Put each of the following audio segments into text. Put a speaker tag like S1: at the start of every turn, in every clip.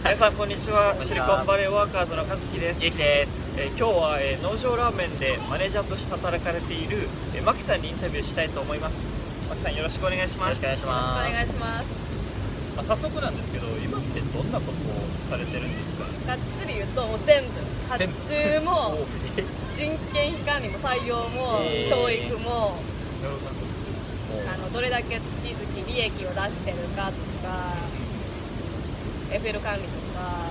S1: 皆さんこんにちは。シリコンバレーワーカーズの和樹です。
S2: ゆうきです。
S1: 今日は農場ラーメンでマネージャーとして働かれているマキさんにインタビューしたいと思います。マキさんよろしくお願いします。
S2: よろしくお願いします。
S1: 早速なんですけど、今ってどんなことをされてるんですか？
S3: がっつり言うともう全部、発注も人件費管理も採用も教育も、どれだけ月々利益を出してるかとか、FL 管理とか、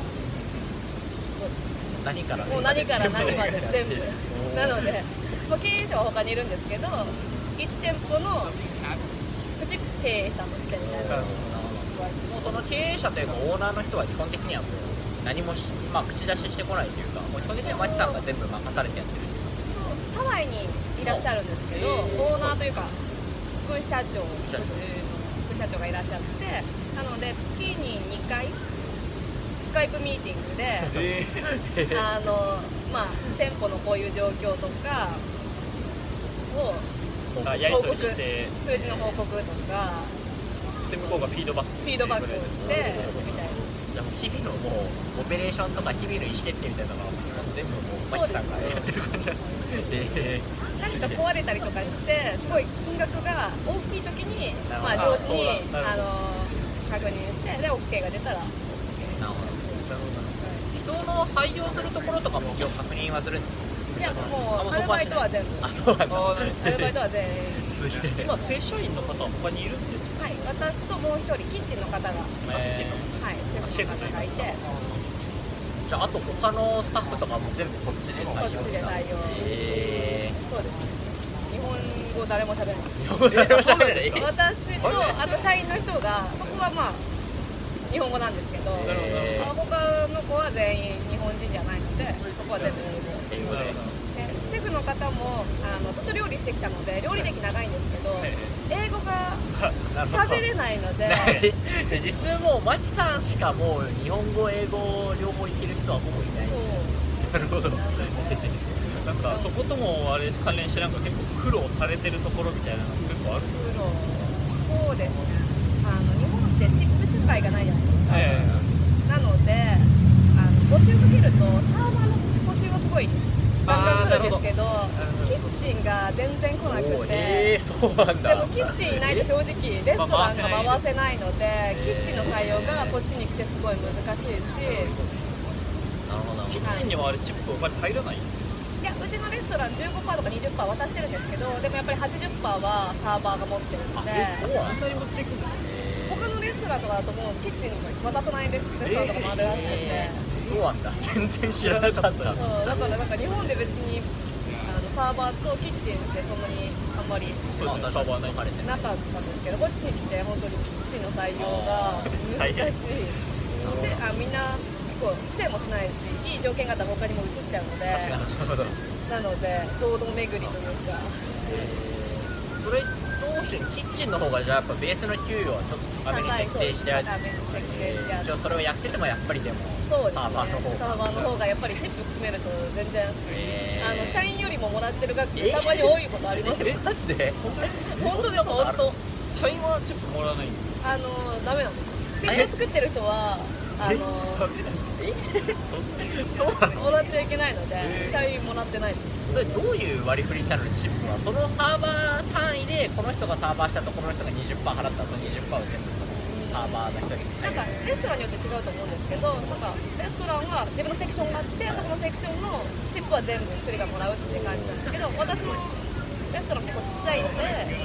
S2: 何から
S3: もう何から何まで全部なので、経営者は他にいるんですけど、1店舗のプチ経営者としてみたいな。
S2: もうその経営者というかオーナーの人は基本的にはもう何も口出ししてこないというか、もう基本的にはマキさんが全部任されてやってる。
S3: そう、ハワイにいらっしゃるんですけど、オーナーというか副社長がいらっしゃって、なので月に2回スカイプミーティングで店舗のこういう状況とかを
S1: やり取りして、
S3: 数字の報告とか
S1: で向こうがフィードバック
S3: してみたいな。
S2: じゃあもう日々のもうオペレーションとか日々の意思決定みたいなのが全部もうマキさんがやってる感じで
S3: 何か壊れたりとかしてすごい金額が大きい時に上司に確認してで OK が出たら OK。
S2: なるほど。人の採用するところとかも一応確認はするんですか？
S3: いや、もうアルバイトは全部。
S2: そうなんだ。
S3: アルバイトは全員。
S1: 今正社員の方は他にいるんですか？
S3: はい、私ともう一人キッチンの方が、シェフの方がいて、
S2: じゃああと他のスタッフとかも全部こっちで採用した。
S3: そうです。日本語誰も喋れない。私とあと社員の人が、そこは日本語なんですけど、他の子は全員日本人じゃないので、そこは全部英語で。シェフの方もずっと料理してきたので料理歴長いんですけど、英語が喋れないので
S2: じゃあ実はもうマチさんしかもう日本語英語両方いける人はほぼいない。なるほど。
S1: なんかそこともあれ関連して結構苦労されてるところみたいなの結構ある。
S3: そうです。日本ってチップ社会がないじゃないですか。なので募集かけるとサーバーの募集はすごいガンガン来るんですけど、キッチンが全然来なくて、
S2: そうなんだ。
S3: でもキッチンいないと正直レストランが回せないので、キッチンの採用がこっちに来てすごい難しいし。
S2: なるほど。
S1: キッチンにはあれチップお金入らない？
S3: いや、うちのレストラン 15% とか 20% 渡してるんですけど、でもやっぱり 80% はサーバーが持ってるので、
S1: そんなに持っていくんですね。
S3: 他のレストランとかだともうキッチン渡さないレストランとかもあるらしくて。
S2: そうなんだ。全然知らなかった。
S3: だから日本で別にサーバーとキッチンってそんなにあんまり
S1: サーバーなか
S3: ったんですけど、こっちに来て本当にキッチンの採用が難しい。みんな結構ステイもしないし、いい条件があったら他にも移っちゃうので、なので堂々巡りというか。
S2: それどうしてキッチンの方がじゃあやっぱベースの給与はちょっと高めに設定してある。一応それをやっててもやっぱりでも
S3: サーバ
S2: ー
S3: の方がやっぱりチップ決めると全然社員よりももらってる額ってたまに多いことありますよ。
S2: マジで？
S3: 本当です。本当。
S1: 社員はチップもらわないんですか？
S3: ダメなんです。新作作ってる人は
S2: そうなの？
S3: もらっちゃいけないので社員もらってないです。
S2: それどういう割り振りになるの？チップはそのサーバー単位でこの人がサーバーしたとこの人が 20% 払ったらその 20% を全部サーバーの人に
S3: レストランによって違うと思うんですけど、レストランは自分のセクションがあって、そこのセクションのチップは全部1人がもらうっていう感じなんですけど、私のレストラン結構ちっちゃいので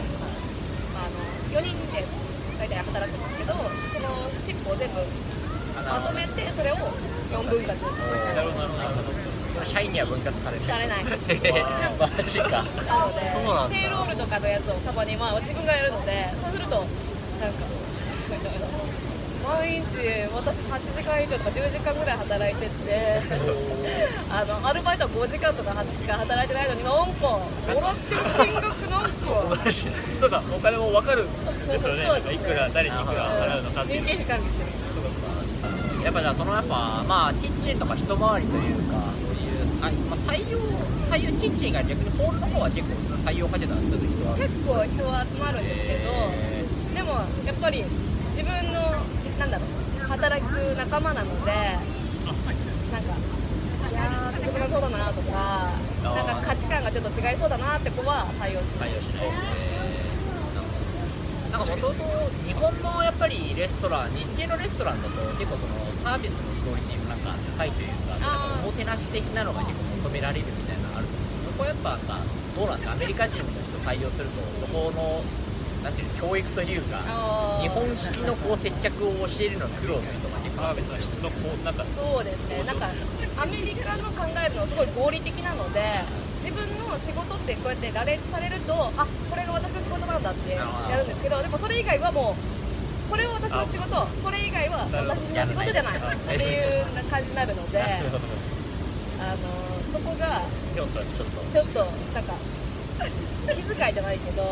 S3: 4人で大体働くんですけど、そのチップを全部まとめてそれを4分割。
S1: なるほど。
S2: 社員には分割されない。
S3: マ
S2: ジか。
S3: なのでペイロールとかのやつをたまに自分がやるので、そうすると毎日私8時間以上とか10時間ぐらい働いててアルバイトは5時間とかしか働いてないのになんかもらってる金額なんか
S1: そうか、お金も分かるんですよね。いくら誰にいくら払うのかっていう。
S3: 人件費管理してる。
S2: やっぱじゃあそのキッチンとか一回りというかそういう採用キッチンが逆にホールの方は結構採用かけたらすぐ人は
S3: 結構人は集まるんですけど、でもやっぱり自分の働く仲間なので、なんかいやー続かなそうだなとか、なんか価値観がちょっと違いそうだなって子は採用しない。
S2: なんかもともと日本のやっぱりレストラン、日系のレストランだと結構そのサービスのクオリティもなんか高いというか、なんかおもてなし的なのが結構求められるみたいなのあると思う。そこはやっぱなんかどうなんですか、アメリカ人の人採用するとそこのなんていう教育というか日本式のこう接客を教えるのに苦労するとか結構
S1: サービスの質のなんか
S3: そうですね、なんかアメリカの考えるのすごい合理的なので、自分の仕事ってこうやって羅列されると、あ、これが私の仕事なんだってやるんですけど、でもそれ以外はもうこれは私の仕事、これ以外は私の仕事じゃないっていう感じになるので、そこがちょっとなんか気遣いじゃないけど、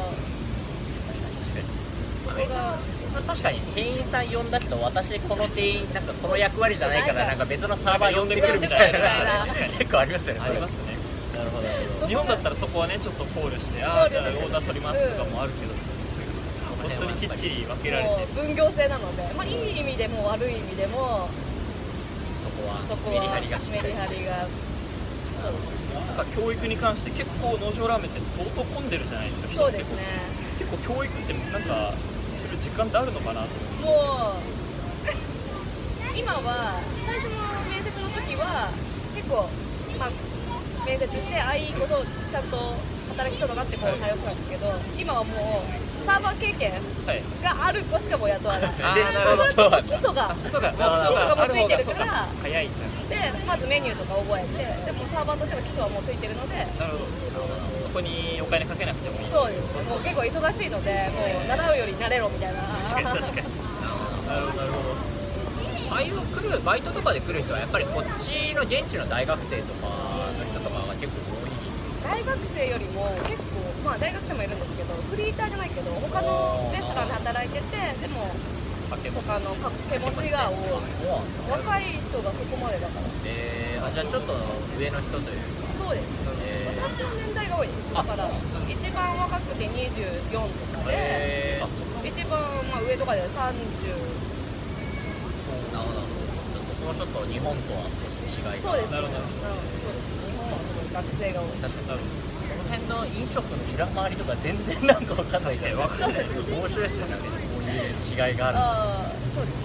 S3: そこが
S2: 確かに店員さん呼んだけど私この店員なんかこの役割じゃないからなんか別のサーバー呼んでくるみたいな結構ありますよね。
S1: ありますね。なるほど。日本だったらそこはねちょっと考慮して、じゃあオーダー取りますとかもあるけど、本当にきっちり分けられて
S3: 分業制なので、まあいい意味でも悪い意味でも
S2: そこはメリハリが
S3: メリハリが。
S1: なんか教育に関して結構農場ラーメンって相当混んでるじゃないですか。
S3: そうですね。
S1: 結構教育ってなんかする時間ってあるのかなと思って。
S3: もう今は最初の面接の時は結構、まあ、面接していいことをちゃんと働きそうだなってこう対応したんですけど、今はもうサーバー経験がある子しかもう雇わない。そうすると基礎がもうついてるから
S1: 早い。
S3: でまずメニューとか覚えて、でもサーバーとしての基礎はもうついてるので、
S1: なるほど。そこにお金かけなくてもいい。
S3: そうです。もう結構忙しいので、もう習うより慣れろみたいな。
S1: 確かに確かに。なるほどなるほど。
S2: 採用来るバイトとかで来る人はやっぱりこっちの現地の大学生とかの人とかが結構多い。
S3: 大学生よりも結構、まあ大学生もいるんですけど、フリーターじゃないけど他のレストランで働いてて、でも他の掛け持ちが多い。若い人がそこまでだから。
S2: じゃあちょっと上の人というか。
S3: そうです。私の年代が多いです。だから一番若くて24とかで、一番まあ上とかで30。
S2: なるほど。そこもちょっと日本とは少し違いが。
S3: そうです。
S1: なるほど。
S3: 日本はすごい学生が多い。
S2: 確かに。この辺の飲食の裏回りとか全然なんか分かんないから面白いですよね。こういう違いがある。
S3: そうです。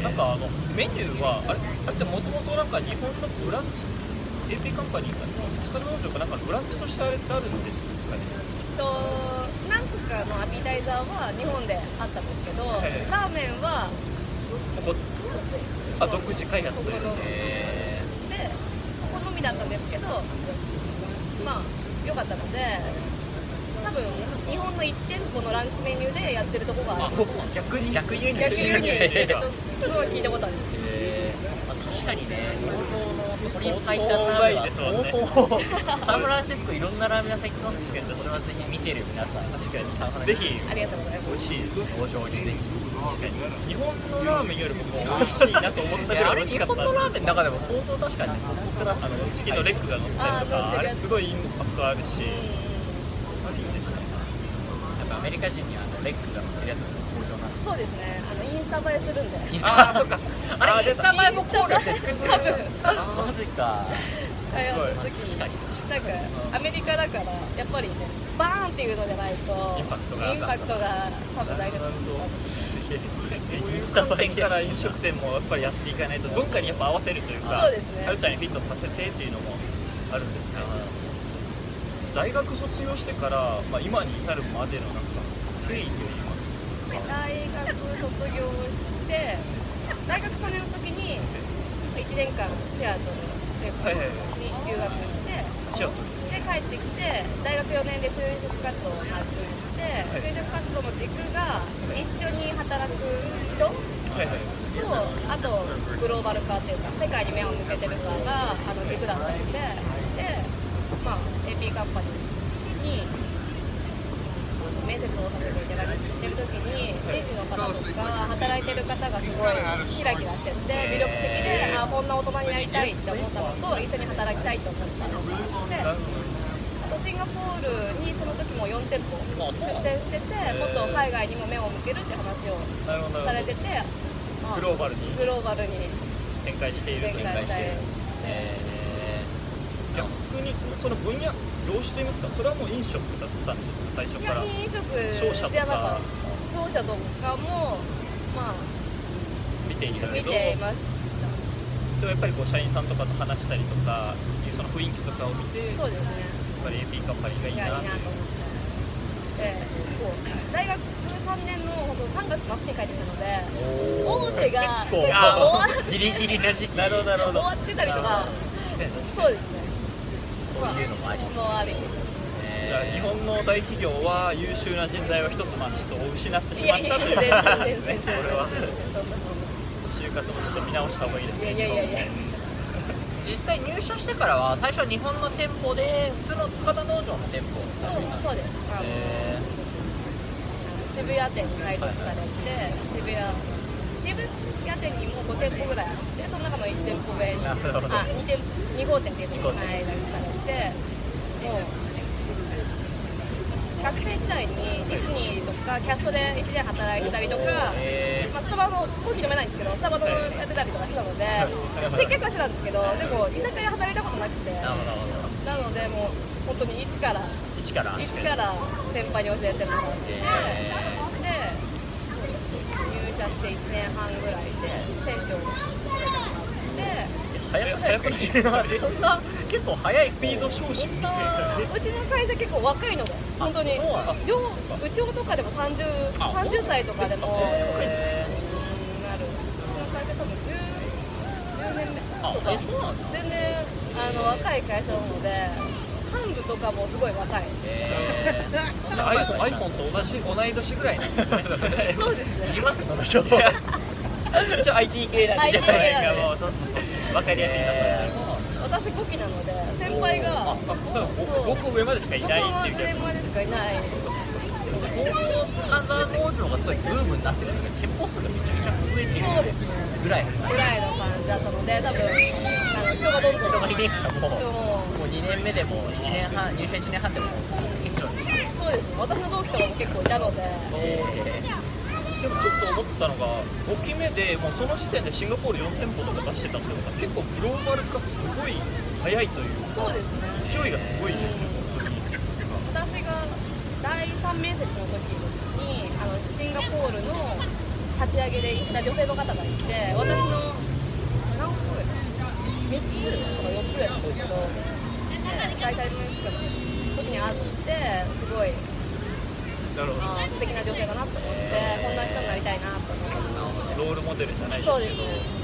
S1: なんかメニューはあれってもともとなんか日本のブランチ AP カンパニーか2日の農場かなんかブランチとしてあれってあるんですかね。
S3: 何個かのアピタイザーは日本であったんですけど、ラーメンは
S1: ここ独自開発という
S3: でここのみだったんですけど、まあ良かったので、多分日本の1店舗のランチメニューでやってるとこがある。
S1: 逆輸入
S3: すごい聞いたことある。
S2: 確かにね、相当うまいですもんね。サンフランシスコいろんなラーメン屋さん行ってますけど、これはぜひ見てる皆さん、確かに
S1: ぜひ
S3: ありがとうございます。
S1: 美味しい
S2: 農場にぜひ。
S1: 確かに日本のラーメンよりも美味しいなと思ったぐらい美味しかった。
S2: 日本のラーメンの中でも相当確かに
S1: チキンのレッグが乗ったりとか、あれすごいインパクトあるし、あれいいですね。
S2: やっぱアメリカ人にはレッグが乗ってるやつが好評なんです。
S3: そうですね。インスタ映えするんで。
S1: ああ、そっか。
S2: あれインスタ映えも考慮して作ってる。
S3: 多分。
S2: マジか。
S3: 確かに。なんかアメリカだからやっぱりね、バーンっていうのじゃないとインパクトが多分大事だと思う。
S1: 観点から飲食店もやっぱりやっていかないと文化にやっぱ合わせるというか、
S3: そうですね、
S1: カルチャーにフィットさせてっていうのもあるんですね。大学卒業してから、まあ、今に至るまでのなんか経緯といいますか。
S3: 大学卒業して大学3年の時に1年間シアトルに留学してで帰ってきて、大学4年で就職活動を始めて、就職活動の軸が一緒に働く人と、あとグローバル化っていうか世界に目を向けてるかが軸だったので、まあ、AP カンパニーに面接をさせていただいてる時に人事の方とか働いてる方がすごいキラキラしてて魅力的で、こんな大人になりたいって思ったのと一緒に働きたいと思ったので、あとシンガポールにその時も4店舗出店してて、もっと海外にも目を向けるって話をされてて、
S1: グローバルに
S3: グローバルに
S1: 展開しているという
S3: 展開したい。
S1: 逆にその分野業種といいますか、それはもう飲食だったんですか、最初
S3: いや
S1: から。
S3: 飲食
S1: 商社と
S3: ではな
S1: か
S3: 商社とかもまあ
S1: 見ていたけ
S3: 見
S1: ど、
S3: ていまし
S1: でもやっぱりこう社員さんとかと話したりとかいうその雰囲気とかを見て、
S3: た。そうですね。
S1: やっぱり AP カンパニーがいい
S3: いやいいな
S1: なと
S3: と思って。そう大学3年の本当3月末に帰ってきたので、大手が
S2: 結構
S3: 結構終わって
S2: ギリギリの時期
S1: なるほどなるほど。
S3: 終わってたりとか、そうですね。
S2: そういうのもあり
S3: もうあり。
S1: じゃあ日本の大企業は優秀な人材を一つちょっと失ってし
S3: いやいや
S1: まったということですね。
S3: 全然
S1: これは
S3: そんな
S1: 就活もちょっと見直した方がいいですね。
S3: いやいやいやいや
S2: 実際入社してからは最初日本の店舗で普通の塚田農場の店舗
S3: そうです。渋谷店に配属されて、渋谷店にも5店舗ぐらいあって、その中の1店舗目に2号店っていうところに配属されて、もう学生時代にディズニーとかキャストで1年働いてたりとか、まあ、スタバのコーヒー飲めないんですけど、スタバのやってたりとかしたので、接客はしてたんですけど、でも居酒屋働いたことなくて、なのでもう本当に一から先輩に教えてもらって、で入社して1年半ぐらいで店長に教えてもらって。
S1: 早く始めます。
S2: そんな結構早い
S1: スピード昇進みたいな。
S3: うちの会社結構若いので、本当に部長とかでも30歳とかでもなる。うちの会社多分10年目とか全然若い会社なので、幹部とかもすごい若い。
S1: iPhone と同い年ぐらいなんですね。
S3: そうですね。
S2: いりますその情報
S1: 一応 IT 系なんで、
S3: IT 系なんで
S1: もう分かりやすいなと。
S3: 私5期なので、先輩が
S1: 僕上までしかいないっていう
S3: 上までしかいない。
S2: 塚田農場がすごいブームになってるので、店舗数がめちゃくちゃ増えてる
S3: そうですね。
S2: ぐらい
S3: ぐらいの感じだったので、多分人がどんどん
S2: 人がいねえからも
S3: も
S2: う2年目でも1年半入社1年半でも店長にして
S3: そうです。私の同期とかも結構いたので、
S1: でもちょっと思ったのが、5期目でもうその時点でシンガポール4店舗とか出してたってことは結構グローバル化すごい早いというか、
S3: そうですね。
S1: 勢いがすごいですね、本当に。
S3: 私が第3面接の時にシンガポールの立ち上げで行った女性の方がいて、私の何個上3つとか4つ上なんですけど、大体面接の時に会ってすごい
S1: なるほど。
S3: 素敵な女性だなと思って、こんな人になりたいなと思って。
S1: ロールモデルじゃないですけど、
S3: そうです。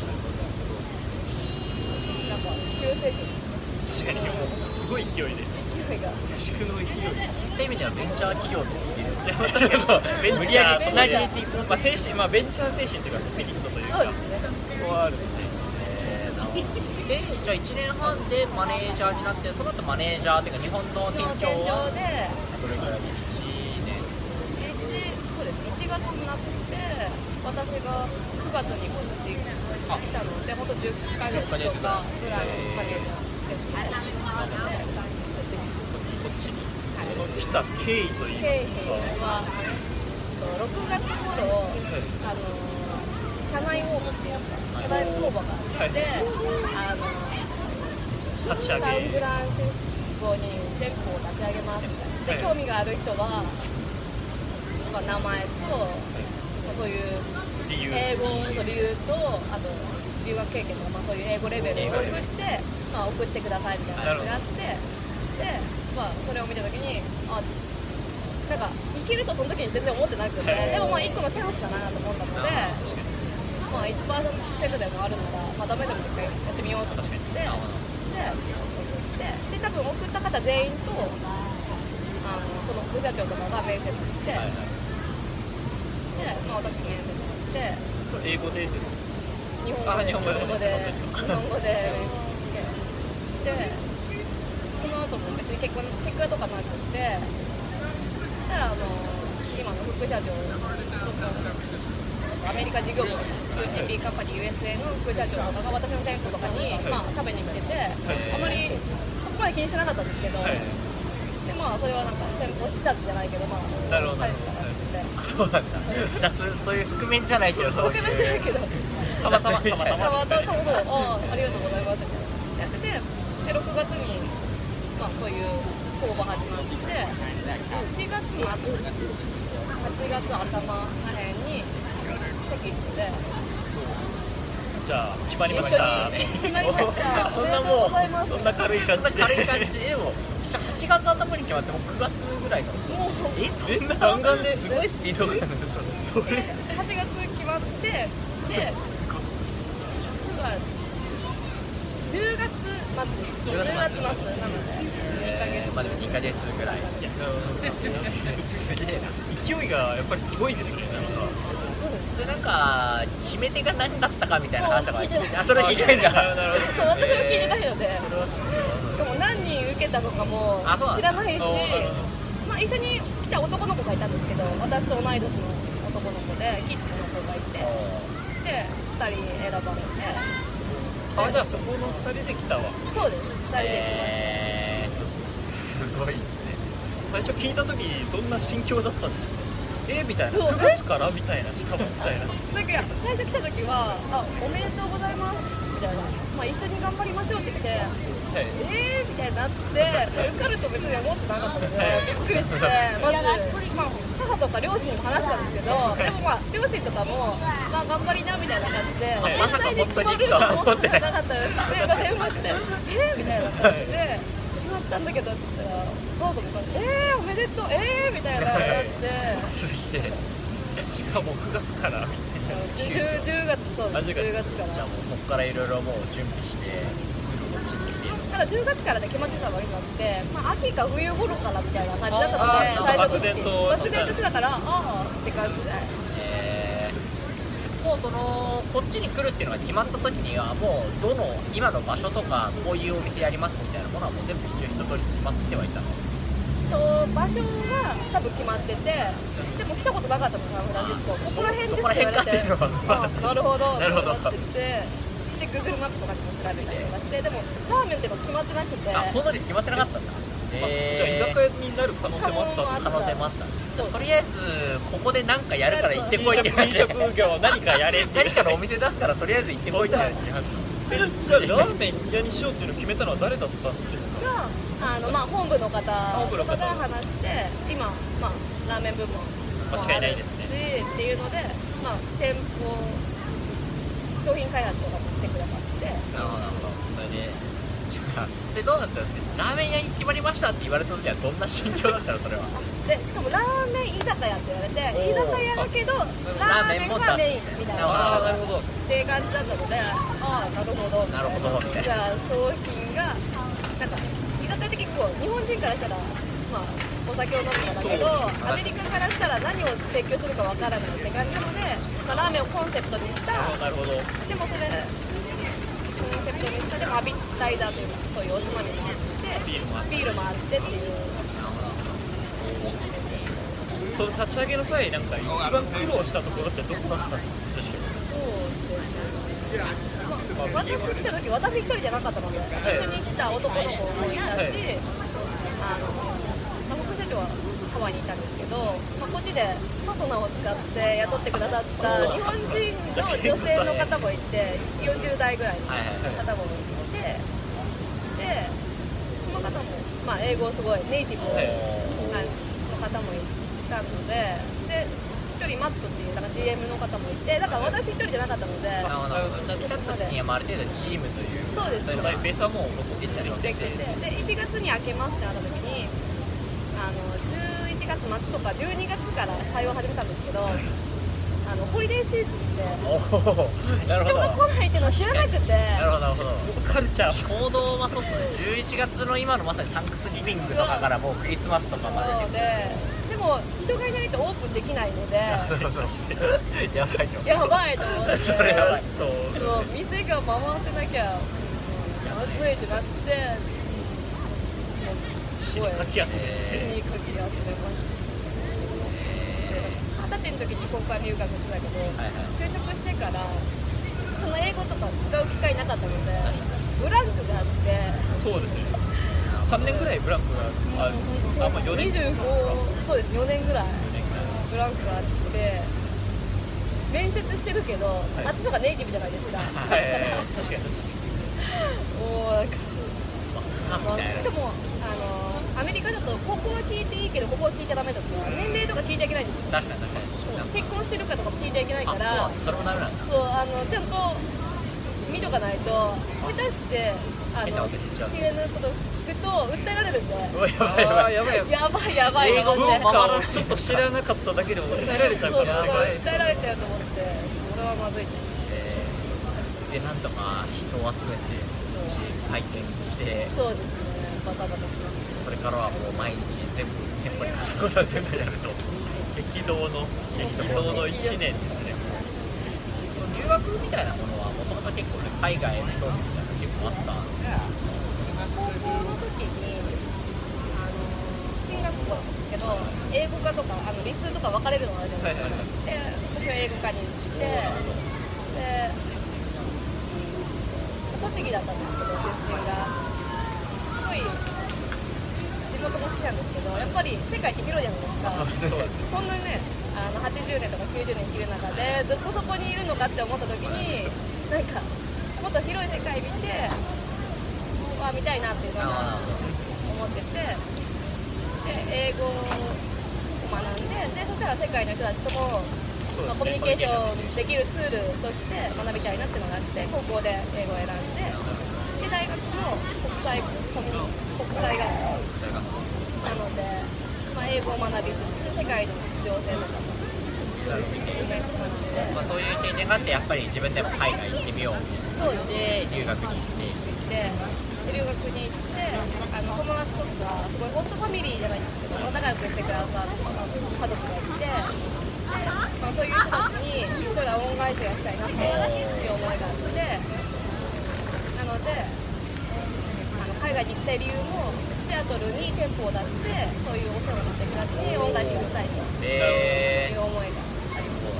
S3: なんか急成長、
S1: 確かにもうすごい勢いで、
S3: 勢いが。
S1: 合宿の勢いで。
S2: そういった意味ではベンチャー企業と言える
S1: いや、確かにベン
S2: 無理
S1: チャー
S2: やりつなげていこう
S1: まあ精神、まあベンチャー精神というかスピリットというか、
S3: そうですね。
S1: そこはあるんですね。
S2: で、じゃあ1年半でマネージャーになって、その後マネージャーっていうか日本の店長は
S3: で
S2: どれぐらい1年
S3: そうです。1月になって、私が9月にこっちに来たので、本当10ヶ月とかぐらいのマネージャーですね。
S1: こっちに、その来た経緯といい
S3: 経緯
S1: ま
S3: は6月頃、社内応募っていうか、社内応募があって、
S1: 立ち上げ
S3: サンフランシスコに店舗を立ち上げますみたいな。で、興味がある人は、まあ、名前と、そういう英語の理由と、あと留学経験とか、まあ、そういう英語レベルを送って、まあ、送ってくださいみたいなのがあって、で、まあ、それを見たときに、なんかいけるとその時に全然思ってなくて、でもまあ1個のチャンスだなと思ったので、まあ、1% でもあるなら、まあ、ダメでも一回やってみようと思って、で送ってで多分送った方全員とその副社長とかが面接して、で、まあ、私面接して、
S1: それ英語でですか？
S3: 日本語で面接してで、その後も別に結果とかなくて、そしたら今の副社長アメリカ事業部の UCB カンパニー USA の副社長とかが私の店舗とかに、まあ、食べに来てて、あまりそこまで気にしてなかったんですけど、でまあそれはなんか店舗視察じゃないけど、まあ
S1: なるほど、
S3: 帰ってたらしくて、
S2: そうなんだそういう覆面じゃないけど
S3: 覆面じゃないけど
S1: たまたま
S3: たまたまありがとうございますみたいなやってて、で6月にまあそういう公募始まって7月末8月頭らへんに席で
S1: じゃあ決まりました
S3: 決まりました
S1: そんなもうそんな軽い感じで
S2: でも8月頭に決まってもう9月ぐらいから
S3: もう
S2: そんな
S1: 弾丸です
S2: ごいスピードがあるんですよ
S3: 8月決まってで10月末なので2ヶ月
S2: まあでも2ヶ月ぐらい
S1: すげえな勢いがやっぱりすごいですね
S2: それなんか決め手が何だったかみたいな話とかそれ
S1: 聞いてんだなるほど
S3: 私も聞いてないのでしかも何人受けたのかも知らないしまあ一緒に来た男の子がいたんですけど私と同い年の男の子でキッズの子がいてで2人選ばれて
S1: じゃあそこの2人で来たわ
S3: そうです2人で来ました
S2: すごいですね
S1: 最初聞いた時どんな心境だったんですかみたいな9月からみたいなしかもみたいな
S3: なんか最初来た時はおめでとうございますみたいな、まあ、一緒に頑張りましょうって言ってみたいになって受かると別に思ってなかったのでびっくりしてまず、母とか両親にも話したんですけどでもまあ両親とかもまあ頑張りなみたいな感じで
S2: まさか本当に
S3: 決まると思ってなかったですで電話してみたいな感じで決まったんだけどって言ったらどうぞみたいなおめでとうみたいな感じです
S1: げえしかも9月からみたいな
S3: 10月そうです10月から
S2: じゃあもうそこからいろいろもう準備してすぐこっちに来て
S3: ただ10月からで決まってたわけじゃなくて、まあ、秋か冬頃からみたいな感じだったので
S1: 漠然と
S3: してたからって感じで
S2: もうこっちに来るっていうのが決まった時にはもうどの今の場所とかこういうお店やりますみたいなものはもう全部一応一通り決まってはいたの
S3: 場所は多分決まっててでも来たことなかったのサンフランシスコここら辺ですって言われてなるほどって言ってで Google マップとかにも調べたりとかしてでもラーメンっていうの決まってなくて
S2: そんなに決まってなかったんだ
S1: じゃあ居酒屋になる可能性もあった
S2: 可能性もあったとりあえずここで何かやるから行ってこいって
S1: 飲食業何かやれって
S2: 何かのお店出すからとりあえず行ってこいって
S1: じゃあラーメン屋にしようっていうのを決めたのは誰だったんですか
S3: まあ本部の方とかが話して今、まあ、ラーメン部門もあるし
S1: 間違いないですね
S3: っていうので、まあ、店舗商品開発とかもしてくださって
S2: なるほどそれででどうだったんですかラーメン屋に決まりましたって言われた時はどんな心境だったのそれは
S3: でしかもラーメン居酒屋って言われて居酒屋だけどラーメンがメインみたいな
S1: なるほど
S3: っていう感じだったのでなるほど
S2: なるほどみたいな
S3: じゃあ商品がなんか居酒屋って結構日本人からしたらまあお酒を飲むんだけどアメリカからしたら何を提供するかわからないって感じなので、まあ、ラーメンをコンセプトにした
S1: なるほど
S3: でもそれコンセプトにしたでもアビタイザーというそういうおつまみもあってビールもあってっていう
S1: その立ち上げの際なんか一番苦労したところってどこだったんですか
S3: そうですね、まあ、私来た時私一人じゃなかったので、一緒に来た男の子もいたし、副社長はハワイにいたんですけど、まあ、こっちでパソナを使って雇ってくださった日本人の女性の方もいて40代ぐらいの方もいてでその方も、まあ、英語すごいネイティブの方もいたので1人マットっていうなんか GM の方もいてだから私1人じゃなかったので
S2: 来た時にはある程度チームという
S3: そうです
S1: ベースはもうできてるわけ
S3: できててで1月に開けますってなった時に11月末とか12月から対応を始めたんですけどホリデーシーズンで人が来ないっていうのを知らなくて
S2: なるほどなるほど
S1: カルチャー
S2: 行動はそうですね11月の今のまさにサンクスギビングとかからもうクリスマスとかまで
S3: でも人がいないとオープンできないので
S2: やばいと
S3: やばいと思って
S1: それは
S3: そう店が回せなきゃまずいってなって
S1: 死にかき集めて
S3: ました20歳の時に交換留学してたけど、就職してからその英語とか使う機会なかったのでブランクがあって
S1: そうですね3年ぐらいブランクがあるまあ4年
S3: 25そうです4年ぐらいブランクがあって面接してるけど、
S1: い
S3: あっちの方がネイティブじゃないですか。
S2: 確かに
S3: もうなんか、
S2: みたいな
S3: しかもアメリカだとここは聞いていいけどここは聞いちゃダメとか年齢とか聞いちゃいけないんですよ。
S2: 確かに
S3: 結婚してるかとかも聞いちゃいけないから
S2: あ、それもダメなんだ。
S3: そうちゃんと見とかないと下手して
S2: 変なわけ言っちゃう
S3: 綺麗なこと聞くと訴えられるんで
S2: うわやばい
S1: やばいやばい
S3: やばいやばいと思って
S1: 文化をちょっと知らなかっただけでも訴えられちゃう
S3: そう
S1: から
S3: 訴えられちゃうと思ってそれはまずいと思って
S2: でなんとか人を集めて回転して
S3: そうですねバタバタしました
S2: それからはもう毎日全部店舗にそうだ全部やると
S1: 激動の1年ですね。
S2: 留学みたいなものはもともと結構ね海外の興味みたいなの結構あったんで
S3: 高校の時に進学校なんですけど英語科とか理数とか分かれるのがあるじゃないですか、で私は英語科に行ってで栃木だったんですけど出身がすごい地元も好きなんですけどやっぱり世界って広いじゃないですか。そんなね80年とか90年生きる中でずっとそこにいるのかって思った時になんかもっと広い世界見て見たいなっていうのは思っててで英語を学んでそしたら世界の人たちとも、コミュニケーションできるツールとして学びたいなっていうのがあって高校で英語を選んで大学も国際学なので、英語を学びつつ世界の情勢とかも
S2: そういう経験があってやっぱり自分でも海外行ってみよう
S3: そうです
S2: で留学に行って
S3: 留学に行って友達とかすごいホストファミリーじゃないんですけど仲良くしてくださった家族がいてで、そういう人たちに将来恩返しがしたいなっていう思いがあってなので海外に行きたい理由もシアトルに店舗を出してそういうお世話になった人たちに恩返しがしたいという思いがあります。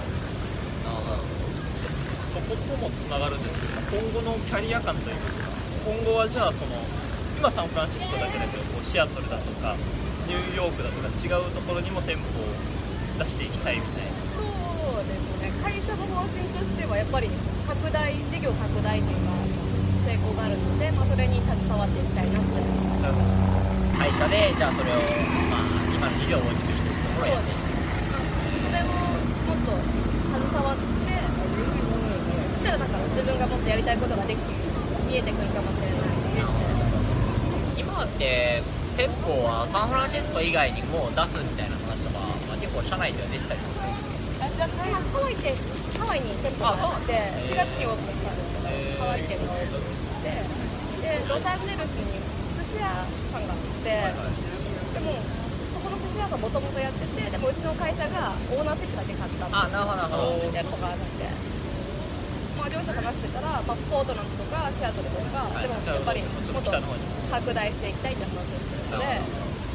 S1: そこともつながるんですけど今後のキャリア感というか今後はじゃあ今サンフランシスコだけだけどシアトルだとかニューヨークだとか違うところにも店舗を出していきたいみたいな。
S3: そうですね会社の方針としてはやっぱり事業拡大というか成功があるので、それに携わっていきたいなって
S2: 会社でじゃあそれを、今の事業を大きくしていくところをやっていく
S3: それをもっと携わってそしたら自分がもっとやりたいことが見えてくるかもしれないねって
S2: 今って店舗はサンフランシスコ以外にも出すみたいな話とか、結構社内では出てたりするんですけど
S3: ハワイに店舗があって4月にオープンしたんですけどハワイ店がオープンしてでロサンゼルスに寿司屋さんがあってでもそこの寿司屋さんもともとやっててでもうちの会社がオーナーシップだけ買ったっていうみたいなとこがあって両者話してたら、ポートランドとかシアトルとかでもやっぱりもっと拡大していきたいって話をしてるので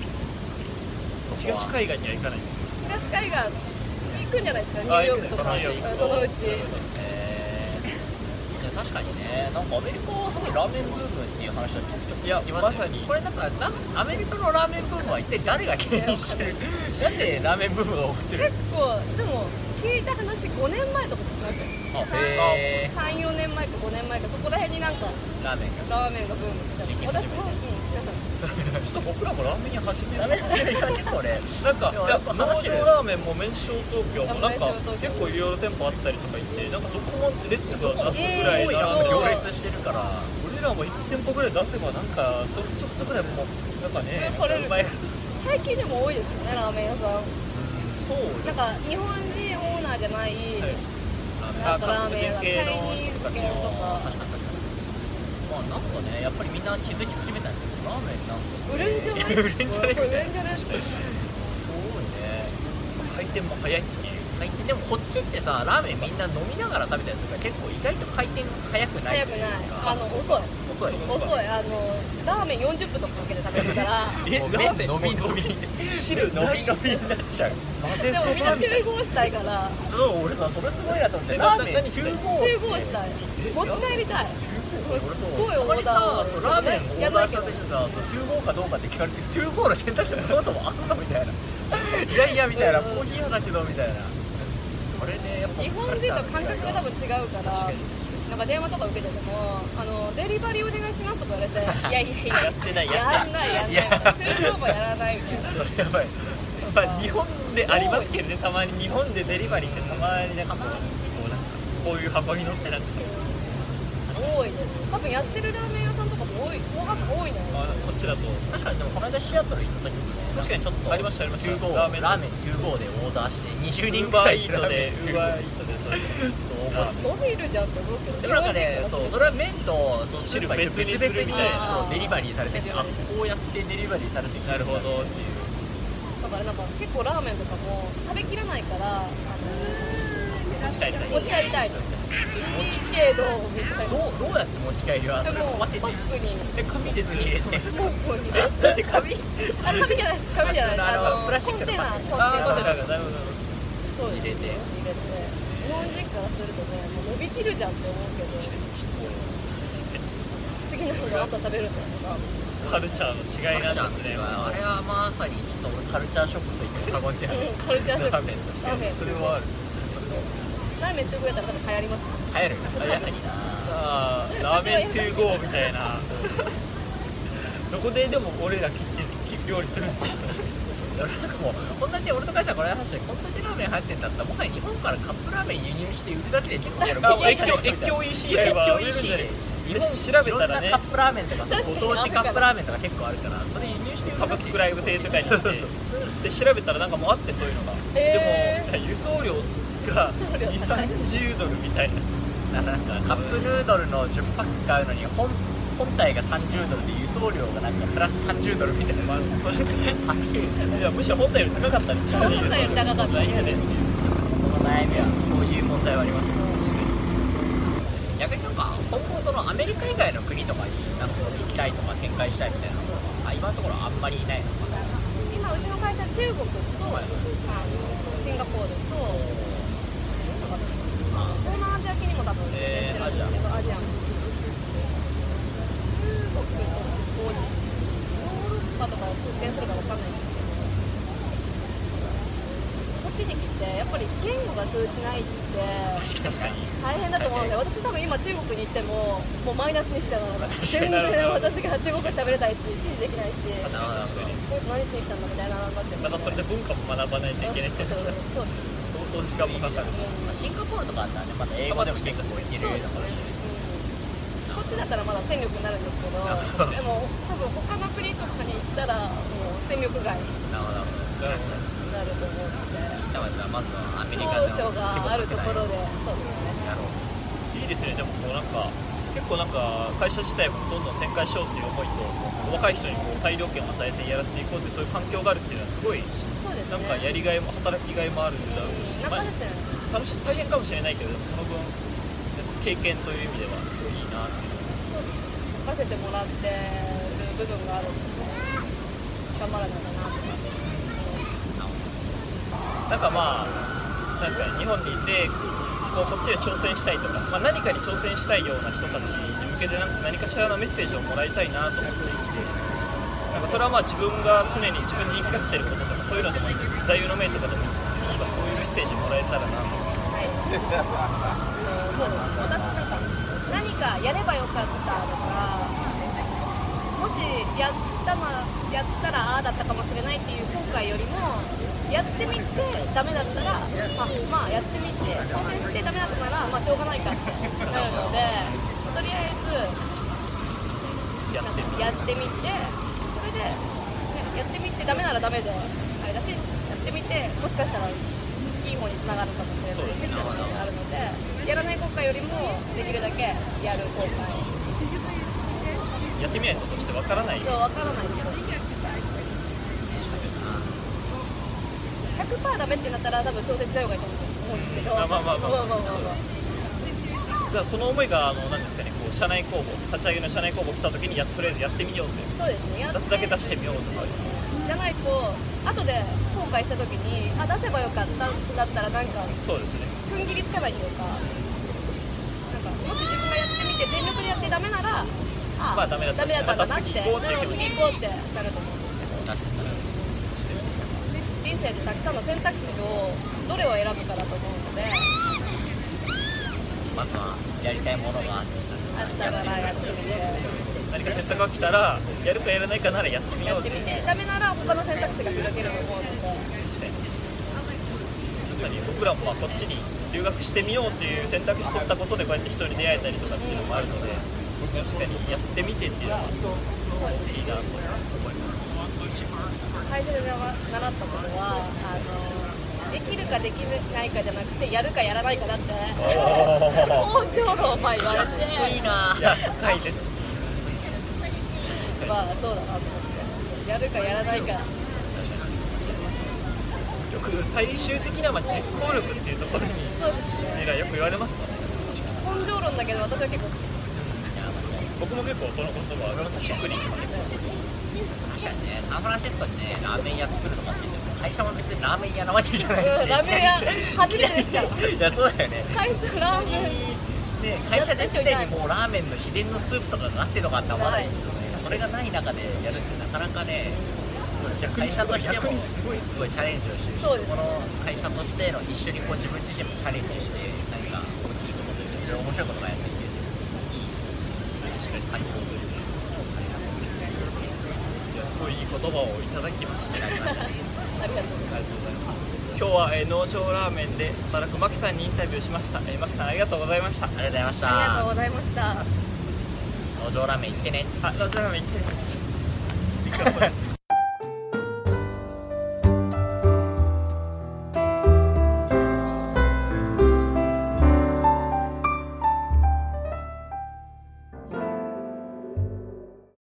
S1: 東海岸には行かないんです
S3: 東海岸行くんじゃないですかニューヨークとかそのうち
S2: 確かにねアメリカはすごいラーメンブームっていう話はちょくちょく聞きますよね。これアメリカのラーメンブームは一体誰が牽引してるなんでラーメンブームが起こってる
S3: 結構でも聞いた話5年前とか聞きましたよ。3、4年前か5年前かそこら辺にラーメンがブームしてた。私も知らなかった。
S1: ちょっと僕らもラーメン屋始める。
S2: 結構ね
S1: 農場ラーメンも麺匠東京も結構いろいろ店舗あったりとか言ってどこも列が出すぐらい
S2: 行列してるから
S1: 俺らも1店舗ぐらい出せばちょっとぐらいもううまい。
S3: 最近でも多いですよねラーメン屋さん。
S1: そう
S3: 日本人オーナーじゃない、ラーメン屋がチャイニーズ系とか
S2: やっぱりみんな気づき始めたんですけどラーメン
S3: 売るんじゃない
S2: 売るんじゃない
S3: そう
S2: ね
S1: 回転も早いっていう
S2: 回転でもこっちってさラーメンみんな飲みながら食べたりするから結構意外と回転早くない遅いラーメン40分とかかけて食べるから麺で飲み汁飲みになっちゃう
S3: でもみんな9合したいから
S2: 俺さそれすごいなと思ってラーメン9合
S3: したい持ち帰りたいすごいオーダー
S2: ラーメンオーダーした時さ9合かどうかって聞かれて9合の選択肢そもそもあんのみたいないやいやみたいなコーヒー屋だけどみたいなこれでやっぱ
S3: 日本人と感覚が多分違うからなんか電話とか受けててもデリバリーお願いしますとか言われていやいやいや
S1: やってない
S3: やんない通常もやらないみたいな
S1: それやばい。まあ日本でありますけどね、たまに日本でデリバリーってたまになんかこういう箱に乗ってなんか
S3: 多いです多分やってるラーメン屋さんとかも多い多いね
S1: こっちだと
S2: 確かにでもこの間シアトル行った時にね
S1: 確かに
S2: ちょっと
S1: ありましたありました
S2: 95
S1: ラーメン
S2: ラーメン95でオーダーして20人
S1: ウーバ
S2: ぐらい
S1: ーイートでウーバーイートで
S3: 伸びるじゃんって思うけど
S2: でもなんかね、そうそれは麺とそう
S1: 汁
S2: スーパー
S1: 別にするみたい
S3: な
S2: そうデリバリーされててあこうやってデリバリーされて
S1: なるほどっていう
S3: だからなんか結構ラーメンとかも食べきらないから
S1: 持ち帰りたい
S3: 持ち帰りたいですいいけどみたいな
S2: どうやって持ち帰りはそれ
S3: でも
S2: を分けて
S3: パックに
S1: 紙で入れて
S3: もうに
S1: だって紙
S3: 紙じゃない紙じゃない
S2: プラスチックの
S3: コンテナ
S1: コンテナがなるほど
S3: そう入れて日本人からするとねもう伸びきるじゃんって思うけど次の日の朝食べるんだよ
S1: カルチャーの違いなんですね
S2: あれはまさにちょっとカルチャーショックと言っても過言ではない
S3: カルチャーショック
S1: ラーメン確かにそれはある
S3: ラーメンって動やったら多分流行ります
S2: 流行る
S1: じゃあラーメントゥーゴーみたいなどこででも俺らキッチン料理するんですか
S2: なんかもうこんだけ俺とカイさんこれ話してこんだけラーメン入ってんだったらもはや日本からカップラーメン輸入して売るだけで結構これ
S1: 越境 EC やれば売れるんじゃない
S2: 日本
S1: 調べたらね
S2: いろんなカップラーメンとかご当地カップラーメンとか結構あるからそれ輸入して
S1: サブスクライブ制とかにしてで調べたらなんかもうあってそういうのがでも輸送料が2、30ドルみたいな
S2: なんかカップヌードルの10パック買うのに本体が30ドルで輸送料がなんかプラス30ドルみたいな
S1: いやむしろ本体より高かったんですよ
S3: 本体より高かった
S1: 何やねんっていう
S2: その悩みはそういう問題はありますね逆になんか今後そのアメリカ以外の国とかになんか行きたいとか展開したいみたいなのは今のところあんまりいないのかな
S3: 今うちの会社中国とシンガポールと東南アジア系にも多分出店してるんですけどアジアも中国とヨーロッパとかを出店するか分かんないんですけどこっちに来てやっぱり言語が通じないって
S1: 確かに
S3: 大変だと思うので私多分今中国に行ってももうマイナスにしかならない全然私が中国語喋れないし指示できないし
S1: 確かに
S3: 何しに来たんだみたいななって
S1: またそれで文化も学ばないといけないって
S3: そう
S1: 相当時間もかかるし
S2: シンガポールとかあったらねまた英語でも結構いけるのかもしれない
S3: こっちだったらまだ戦力になるんですけどでも多分他の国とかに行ったらもう戦力外に
S2: なるほど
S3: なると思うので
S2: じゃあまずはアメリカの
S3: 長所があるところでそうですね
S2: なるほど
S1: いいですねでもこうなんか結構なんか会社自体もどんどん展開しようっていう思いと若い人にこう裁量権を与えてやらせていこうってそういう環境があるっていうのはすごい
S3: そうですね
S1: なんかやりがいも働きがいもあるんだろうし、
S3: 中ですね
S1: 楽しい大変かもしれないけどその分経験という意味ではすごいいいなっていう
S3: 任せてもらってる部分があるので頑張らないかなとか
S1: なんかまあなんか日本にいてこっちで挑戦したいとか、まあ、何かに挑戦したいような人たちに向けて何かしらのメッセージをもらいたいなと思っていてなんかそれはまあ自分が常に自分に言い聞かせてることとかそういうのでもいいです座右の銘とかでもいいです今そういうメッセージもらえたらなと思って
S3: はいそうです私なんか何かやればよかったとかもしやったらああだったかもしれないっていう後悔よりもやってみてダメだったらまあやってみて挑戦してダメだったならまあしょうがないかってなるのでとりあえず
S1: やってみ
S3: やってみてそれで、ね、やってみてダメならダメであれだしやってみてもしかしたらいい方につながるかもしれないっていうのがあるのでやらない後悔よりもできるだけやる後悔
S1: やってみないとそしてわからない
S3: そう分からないけど100% ダメってなったら多分挑戦しない方がいいと思うんですけど
S1: まあだからその思いが何ですかねこう社内公募立ち上げの社内公募来た時にとりあえずやってみようって
S3: そうですね
S1: 出すだけ出してみようとか
S3: じゃないと後で後悔した時に出せばよかっただったらなんか
S1: そうですね
S3: 踏ん切りつかないというかなんかもし自分がやってみて全力でやってダメなら
S1: まあダメだったし
S3: んだなって
S1: また次行こうっていう気持ち
S3: 次行こうってなると思うんですけど人生でたくさんの選択肢をどれを選ぶかだと思うので、
S2: まずはやりたいものがあ
S3: あったらやってみて、
S1: 何か切削が来たらやるかやらないかならやってみようっていう。
S3: ダメなら他の選択肢が開けると思うので、
S1: 確かに僕らもこっちに留学してみようっていう選択肢取ったことでこうやって人に出会えたりとかっていうのもあるので、確かにやってみてっていうのはいいなと思います。
S3: 最初に習ったことはできるかできないかじゃなくてやるかやらないかだって根性論を言われて、
S2: いいな。
S1: いや深いです。
S3: まあそうだなと思ってやるかやらないか。
S1: よく最終的には実行力っていうところによく言われますかね。
S3: 根性論だけど私は結構
S1: 僕も結構その言葉はしっくりきます。
S2: 確かにね、サンフランシスコにねラーメン屋作るとかって言っても会社も別にラーメン屋なわけじゃないし、
S3: ラーメン屋初めてですから。
S2: いやそうだよね。
S3: 会社ラーメン
S2: ね、会社ですでにもうラーメンの秘伝のスープとかがあってとかあったらまだいいけどね、それがない中でやるってなかなかね、会社としてもすごいチャレンジをしてるし、
S3: そうです
S2: この会社としての一緒にこう自分自身もチャレンジして何か大きいところでいろいろ面白いことがやっていける、確かに環境というか
S1: すごいいい言葉をいただきました。
S3: ありがとうございます。
S1: 今日は農場ラーメンで働くマキさんにインタビューしました。マキさんありがとうございました。
S2: ありがとうございました。
S3: ありがとうございました。
S2: 農場ラーメン行ってね。
S1: 農場ラーメン行ってね。